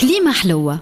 كليمة حلوة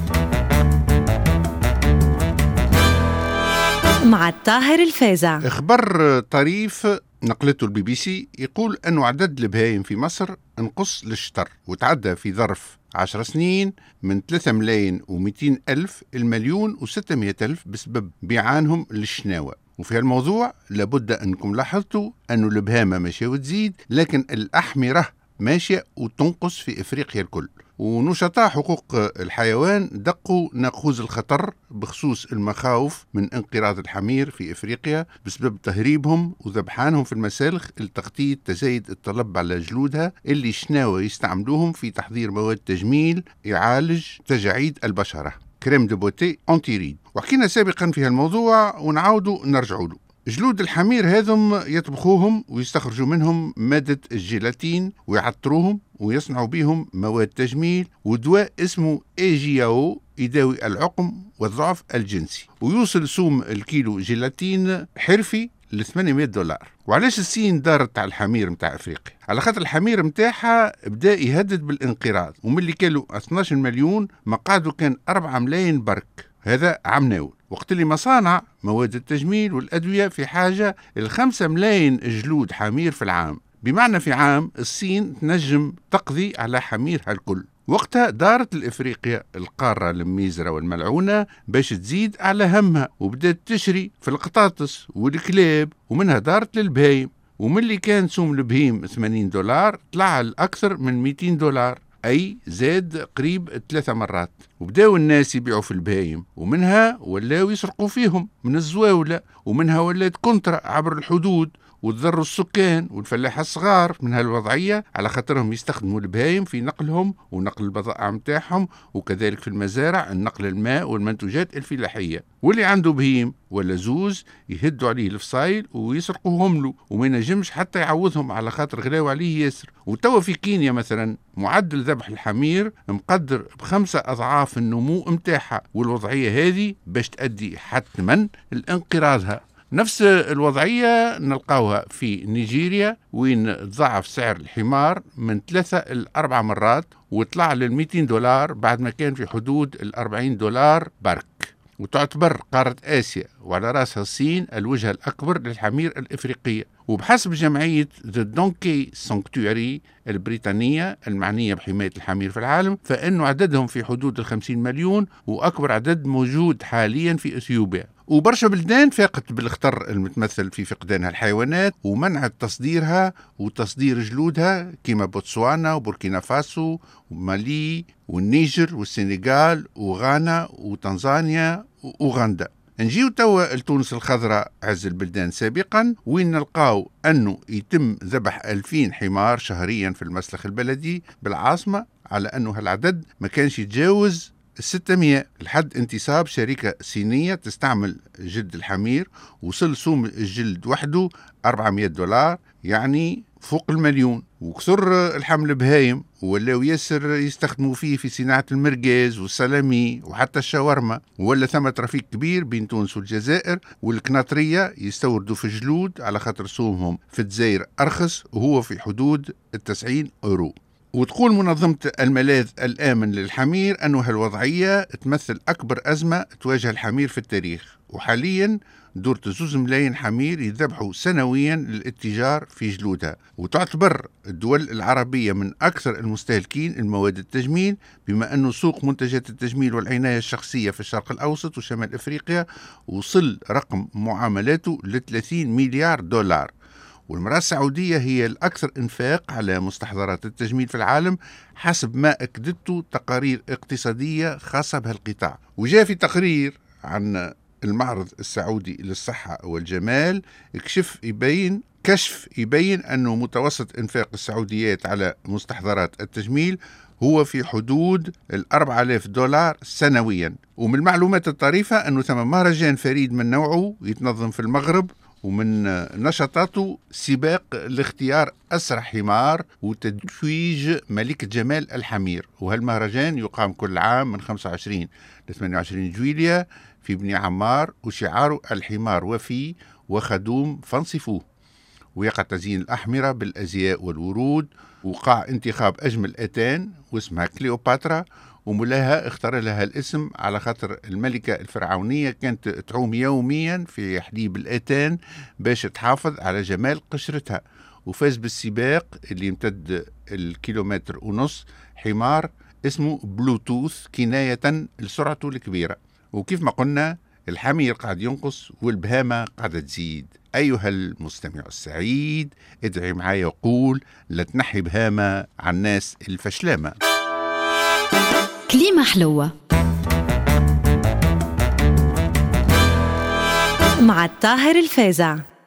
مع الطاهر الفازع. اخبار طريف نقلته البي بي سي يقول أن عدد البهايم في مصر انقص للشطر وتعدى في ظرف 10 سنين من 3 ملايين و200 ألف المليون و600 ألف بسبب بيعانهم للشناوة. وفي الموضوع لابد أنكم لاحظتوا أن البهامة ماشية وتزيد، لكن الأحمرة ماشية وتنقص في إفريقيا الكل. ونشطاء حقوق الحيوان دقوا ناقوس الخطر بخصوص المخاوف من انقراض الحمير في إفريقيا بسبب تهريبهم وذبحانهم في المسالخ لتغطية تزايد الطلب على جلودها اللي الشناوة يستعملوهم في تحضير مواد تجميل يعالج تجاعيد البشرة، كريم دو بوتي أنتيريد. وحكينا سابقا في الموضوع ونعاودوا نرجعوا له. جلود الحمير هذم يطبخوهم ويستخرجوا منهم مادة الجيلاتين ويعطروهم ويصنعوا بهم مواد تجميل ودواء اسمه AGAO يداوي العقم والضعف الجنسي، ويوصل سوم الكيلو جيلاتين حرفي ل $800. وعلاش الصين دارت على الحمير متاع افريقيا؟ على خاطر الحمير متاعها بدا يهدد بالانقراض، وملي كانوا 12 مليون مقعدوا كان 4 ملايين برك. هذا عمناول، وقت اللي مصانع مواد التجميل والأدوية في حاجة ل5 ملايين جلود حمير في العام. بمعنى في عام الصين تنجم تقضي على حميرها الكل. وقتها دارت لإفريقيا القارة الميزرة والملعونة باش تزيد على همها، وبدأت تشري في القطاطس والكلاب، ومنها دارت للبهايم. ومن كان سوم البهيم $80 طلع الأكثر من $200، أي زاد قريب 3 مرات. وبداو الناس يبيعوا في البهايم، ومنها ولاو يسرقوا فيهم من الزواولة، ومنها ولات كونترا عبر الحدود وتضروا السكان والفلاحة الصغار من هالوضعية على خاطرهم يستخدموا البهايم في نقلهم ونقل البضائع متاعهم، وكذلك في المزارع النقل الماء والمنتوجات الفلاحية. واللي عنده بهيم ولا زوز يهدوا عليه الفصايل ويسرقوهم له، وما ينجمش حتى يعوضهم على خاطر غلاو عليه ياسر. وتوا في كينيا مثلا معدل ذبح الحمير مقدر ب5 أضعاف النمو متاعها، والوضعية هذه باش تؤدي حتما لانقراضها. نفس الوضعية نلقاوها في نيجيريا، وين ضعف سعر الحمار من 3 إلى 4 مرات وطلع $200 بعد ما كان في حدود $40 برك. وتعتبر قارة آسيا وعلى رأسها الصين الوجهة الأكبر للحمير الإفريقية. وبحسب جمعية The Donkey Sanctuary البريطانية المعنية بحماية الحمير في العالم، فإنه عددهم في حدود 50 مليون، وأكبر عدد موجود حاليا في إثيوبيا. وبرشا بلدان فاقت بالخطر المتمثل في فقدانها الحيوانات ومنعت تصديرها وتصدير جلودها، كما بوتسوانا وبوركينا فاسو ومالي والنيجر والسنغال وغانا وتنزانيا وأوغندا. نجيو توا لتونس الخضراء عز البلدان سابقا، وين نلقاو أنه يتم ذبح 2000 حمار شهريا في المسلخ البلدي بالعاصمة، على أنه هالعدد ما كانش يتجاوز 600 لحد انتصاب شركة صينية تستعمل جلد الحمير. وصل سوم الجلد وحده $400، يعني فوق المليون. وكثر الحمل بهايم ولاو ياسر يستخدموا فيه في صناعة المرقاز والسلامي وحتى الشاورما. ولا ثم ترافيك كبير بين تونس والجزائر والكناطرية يستوردوا في جلود على خاطر سومهم في الجزائر أرخص، وهو في حدود 90 €. وتقول منظمة الملاذ الآمن للحمير أنه هالوضعية تمثل أكبر أزمة تواجه الحمير في التاريخ، وحاليا دور 2 ملايين حمير يذبحوا سنويا للاتجار في جلودها. وتعتبر الدول العربية من أكثر المستهلكين المواد التجميل، بما أنه سوق منتجات التجميل والعناية الشخصية في الشرق الأوسط وشمال أفريقيا وصل رقم معاملاته ل$30 مليار. والمرأة السعودية هي الأكثر إنفاق على مستحضرات التجميل في العالم حسب ما أكدته تقارير اقتصادية خاصة بهالقطاع. وجاء في تقرير عن المعرض السعودي للصحة والجمال كشف يبين أنه متوسط إنفاق السعوديات على مستحضرات التجميل هو في حدود $4000 سنويا. ومن المعلومات الطريفة أنه ثم مهرجان فريد من نوعه يتنظم في المغرب، ومن نشاطاته سباق لاختيار أسرع حمار وتتويج ملكة جمال الحمير. وهالمهرجان يقام كل عام من 25 ل 28 جويلية في بني عمار، وشعاره الحمار وفي وخدوم فانصفوه. ويقع تزيين الأحمرة بالأزياء والورود، وقع انتخاب أجمل أتان واسمها كليوباترا، ومولاها اختار لها الاسم على خاطر الملكة الفرعونية كانت تعوم يوميا في حليب الأتان باش تحافظ على جمال قشرتها. وفاز بالسباق اللي يمتد الكيلومتر ونص حمار اسمه بلوتوث كناية لسرعته الكبيرة. وكيف ما قلنا الحمير قاعد ينقص والبهامة قاعدة تزيد. أيها المستمع السعيد، ادعي معايا وقول لا تنحي بهامة عن الناس الفشلامة. كليمة حلوة مع الطاهر الفازع.